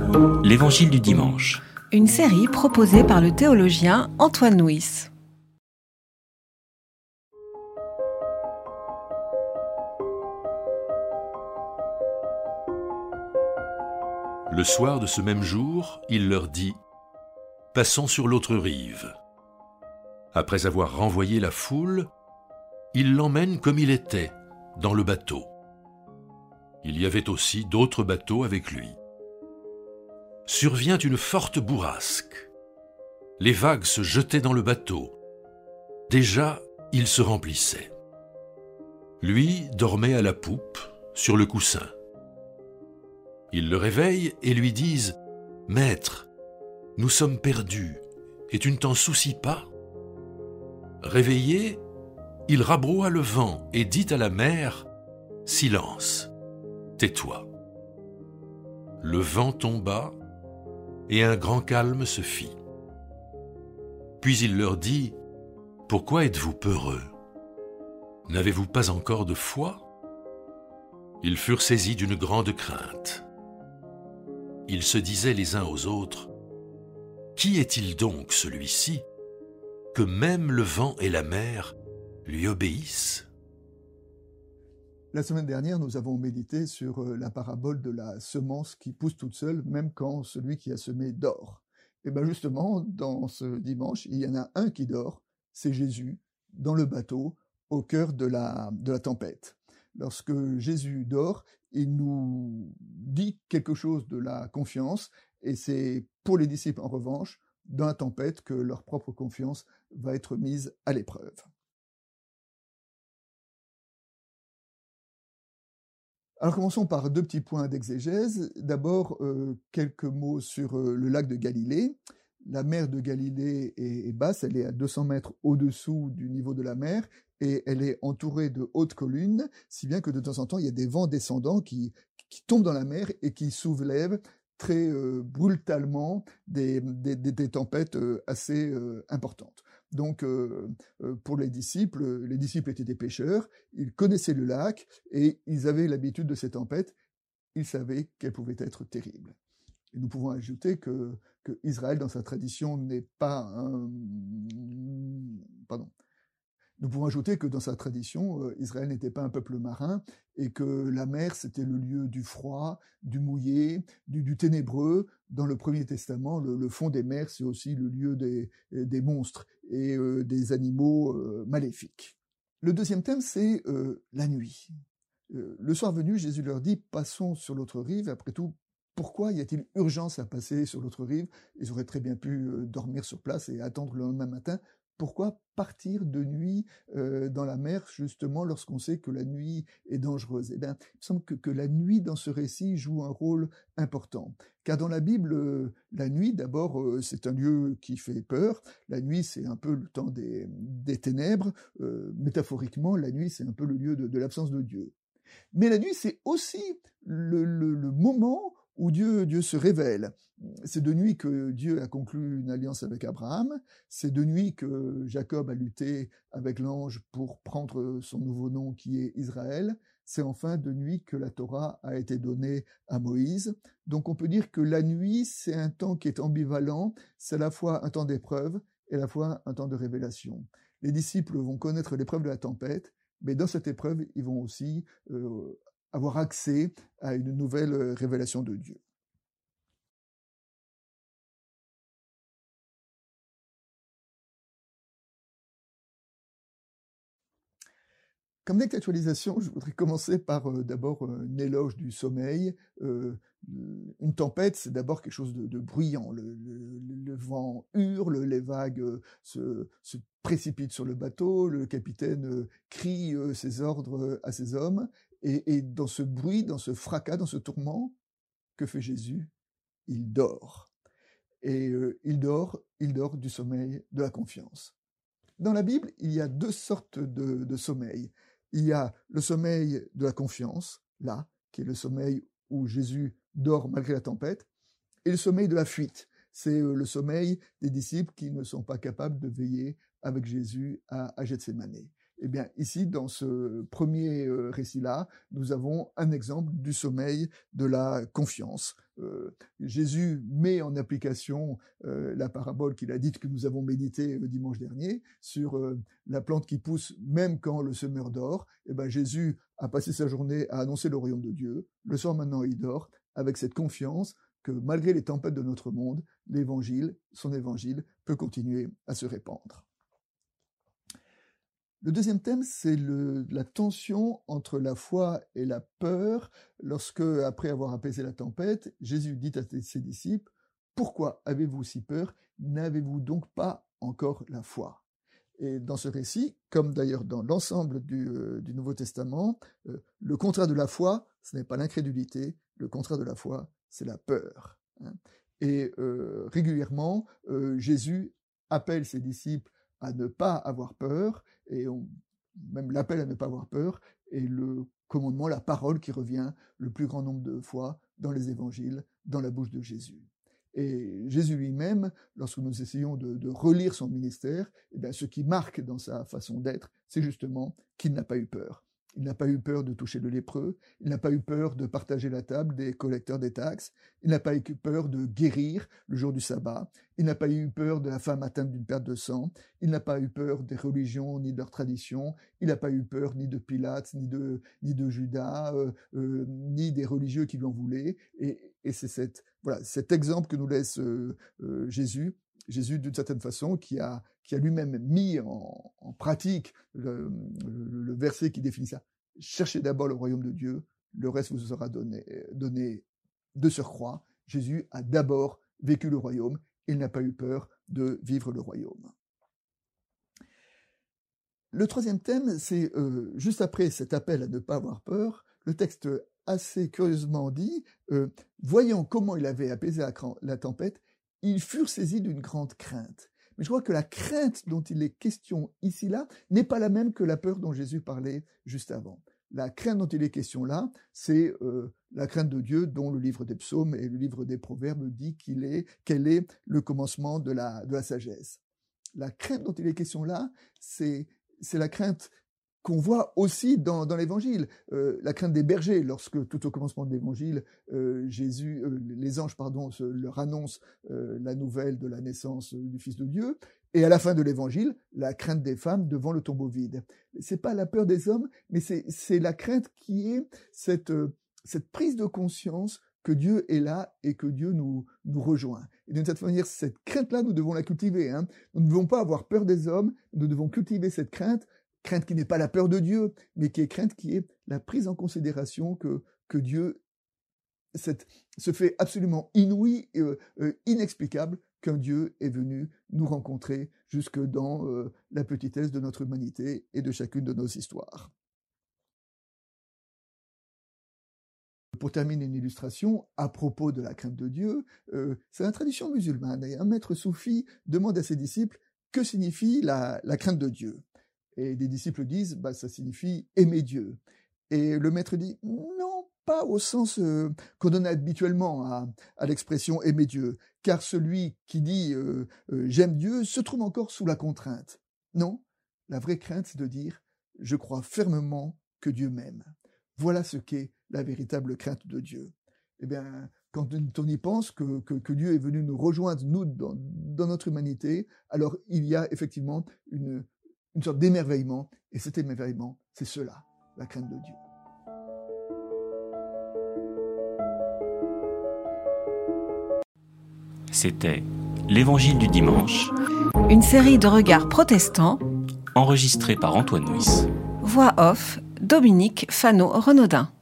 L'Évangile du dimanche. Une série proposée par le théologien Antoine Nuis. Le soir de ce même jour, il leur dit « Passons sur l'autre rive ». Après avoir renvoyé la foule, il l'emmène comme il était, dans le bateau. Il y avait aussi d'autres bateaux avec lui. Survient une forte bourrasque. Les vagues se jetaient dans le bateau. Déjà, il se remplissait. Lui dormait à la poupe, sur le coussin. Ils le réveillent et lui disent « Maître, nous sommes perdus, et tu ne t'en soucies pas ?» Réveillé, il rabroua le vent et dit à la mer « Silence, tais-toi ». Le vent tomba et un grand calme se fit. Puis il leur dit « Pourquoi êtes-vous peureux ? N'avez-vous pas encore de foi ?» Ils furent saisis d'une grande crainte. Ils se disaient les uns aux autres « Qui est-il donc celui-ci que même le vent et la mer lui obéissent ?» La semaine dernière, nous avons médité sur la parabole de la semence qui pousse toute seule, même quand celui qui a semé dort. Et bien justement, dans ce dimanche, il y en a un qui dort, c'est Jésus, dans le bateau, au cœur de la tempête. Lorsque Jésus dort, il nous dit quelque chose de la confiance, et c'est pour les disciples en revanche, dans la tempête, que leur propre confiance va être mise à l'épreuve. Alors commençons par deux petits points d'exégèse. D'abord, quelques mots sur le lac de Galilée. La mer de Galilée est basse, elle est à 200 mètres au-dessous du niveau de la mer, et elle est entourée de hautes collines, si bien que de temps en temps, il y a des vents descendants qui tombent dans la mer et qui soulèvent très brutalement des tempêtes assez importantes. Donc, pour les disciples étaient des pêcheurs, ils connaissaient le lac et ils avaient l'habitude de ces tempêtes, ils savaient qu'elles pouvaient être terribles. Et nous pouvons ajouter que Israël, dans sa tradition, n'est pas un... Nous pouvons ajouter que dans sa tradition, Israël n'était pas un peuple marin et que la mer, c'était le lieu du froid, du mouillé, du ténébreux. Dans le Premier Testament, le fond des mers, c'est aussi le lieu des monstres et des animaux maléfiques. Le deuxième thème, c'est la nuit. Le soir venu, Jésus leur dit « Passons sur l'autre rive ». Après tout, pourquoi y a-t-il urgence à passer sur l'autre rive ? Ils auraient très bien pu dormir sur place et attendre le lendemain matin. Pourquoi partir de nuit dans la mer, justement, lorsqu'on sait que la nuit est dangereuse ? Eh bien, il me semble que la nuit, dans ce récit, joue un rôle important. Car dans la Bible, la nuit, d'abord, c'est un lieu qui fait peur. La nuit, c'est un peu le temps des ténèbres. Métaphoriquement, la nuit, c'est un peu le lieu de l'absence de Dieu. Mais la nuit, c'est aussi le moment où Dieu se révèle. C'est de nuit que Dieu a conclu une alliance avec Abraham, c'est de nuit que Jacob a lutté avec l'ange pour prendre son nouveau nom qui est Israël, c'est enfin de nuit que la Torah a été donnée à Moïse. Donc on peut dire que la nuit, c'est un temps qui est ambivalent, c'est à la fois un temps d'épreuve et à la fois un temps de révélation. Les disciples vont connaître l'épreuve de la tempête, mais dans cette épreuve, ils vont aussi avoir accès à une nouvelle révélation de Dieu. Comme d'actualisation, je voudrais commencer par d'abord un éloge du sommeil. Une tempête, c'est d'abord quelque chose de bruyant. Le vent hurle, les vagues se précipitent sur le bateau, le capitaine crie ses ordres à ses hommes. Et dans ce bruit, dans ce fracas, dans ce tourment, que fait Jésus ? Il dort. Et il dort du sommeil de la confiance. Dans la Bible, il y a deux sortes de sommeil. Il y a le sommeil de la confiance, là, qui est le sommeil où Jésus dort malgré la tempête, et le sommeil de la fuite. C'est le sommeil des disciples qui ne sont pas capables de veiller avec Jésus à Gethsémanée. Eh bien, ici, dans ce premier récit-là, nous avons un exemple du sommeil de la confiance. Jésus met en application la parabole qu'il a dite, que nous avons méditée dimanche dernier, sur la plante qui pousse même quand le semeur dort. Eh bien, Jésus a passé sa journée à annoncer le royaume de Dieu. Le soir, maintenant, il dort avec cette confiance que malgré les tempêtes de notre monde, l'évangile, son évangile, peut continuer à se répandre. Le deuxième thème, c'est la tension entre la foi et la peur, lorsque, après avoir apaisé la tempête, Jésus dit à ses disciples « Pourquoi avez-vous si peur? N'avez-vous donc pas encore la foi ?» Et dans ce récit, comme d'ailleurs dans l'ensemble du Nouveau Testament, le contraire de la foi, ce n'est pas l'incrédulité, le contraire de la foi, c'est la peur. Et régulièrement, Jésus appelle ses disciples à ne pas avoir peur, et même l'appel à ne pas avoir peur, et le commandement, la parole qui revient le plus grand nombre de fois dans les évangiles, dans la bouche de Jésus. Et Jésus lui-même, lorsque nous essayons de relire son ministère, eh bien, ce qui marque dans sa façon d'être, c'est justement qu'il n'a pas eu peur. Il n'a pas eu peur de toucher le lépreux, il n'a pas eu peur de partager la table des collecteurs des taxes, il n'a pas eu peur de guérir le jour du sabbat, il n'a pas eu peur de la femme atteinte d'une perte de sang, il n'a pas eu peur des religions ni de leurs traditions, il n'a pas eu peur ni de Pilate, ni de Judas, ni des religieux qui lui en voulaient. Et c'est cet exemple que nous laisse Jésus, d'une certaine façon, qui a lui-même mis en pratique le verset qui définit ça. Cherchez d'abord le royaume de Dieu, le reste vous sera donné de surcroît. Jésus a d'abord vécu le royaume, il n'a pas eu peur de vivre le royaume. Le troisième thème, c'est juste après cet appel à ne pas avoir peur, le texte assez curieusement dit, voyant comment il avait apaisé la tempête, ils furent saisis d'une grande crainte. Mais je crois que la crainte dont il est question ici-là n'est pas la même que la peur dont Jésus parlait juste avant. La crainte dont il est question là, c'est la crainte de Dieu dont le livre des psaumes et le livre des proverbes dit quel est le commencement de la sagesse. La crainte dont il est question là, c'est la crainte qu'on voit aussi dans l'évangile, la crainte des bergers, lorsque tout au commencement de l'évangile, les anges leur annoncent la nouvelle de la naissance du Fils de Dieu, et à la fin de l'évangile, la crainte des femmes devant le tombeau vide. C'est pas la peur des hommes, mais c'est la crainte qui est cette prise de conscience que Dieu est là et que Dieu nous rejoint. Et d'une certaine manière, cette crainte-là, nous devons la cultiver. Nous ne devons pas avoir peur des hommes, nous devons cultiver cette crainte qui n'est pas la peur de Dieu, mais qui est la prise en considération que Dieu se fait absolument inouï et inexplicable qu'un Dieu est venu nous rencontrer jusque dans la petitesse de notre humanité et de chacune de nos histoires. Pour terminer une illustration, à propos de la crainte de Dieu, c'est la tradition musulmane. Et un maître soufi demande à ses disciples que signifie la crainte de Dieu. Et des disciples disent, ça signifie aimer Dieu. Et le maître dit, non, pas au sens qu'on donne habituellement à l'expression aimer Dieu, car celui qui dit j'aime Dieu se trouve encore sous la contrainte. Non, la vraie crainte, c'est de dire, je crois fermement que Dieu m'aime. Voilà ce qu'est la véritable crainte de Dieu. Eh bien, quand on y pense que Dieu est venu nous rejoindre, nous, dans notre humanité, alors il y a effectivement une sorte d'émerveillement, et cet émerveillement, c'est cela, la crainte de Dieu. C'était l'Évangile du dimanche, une série de regards protestants, enregistrée par Antoine Nuis. Voix off, Dominique Fano-Renaudin.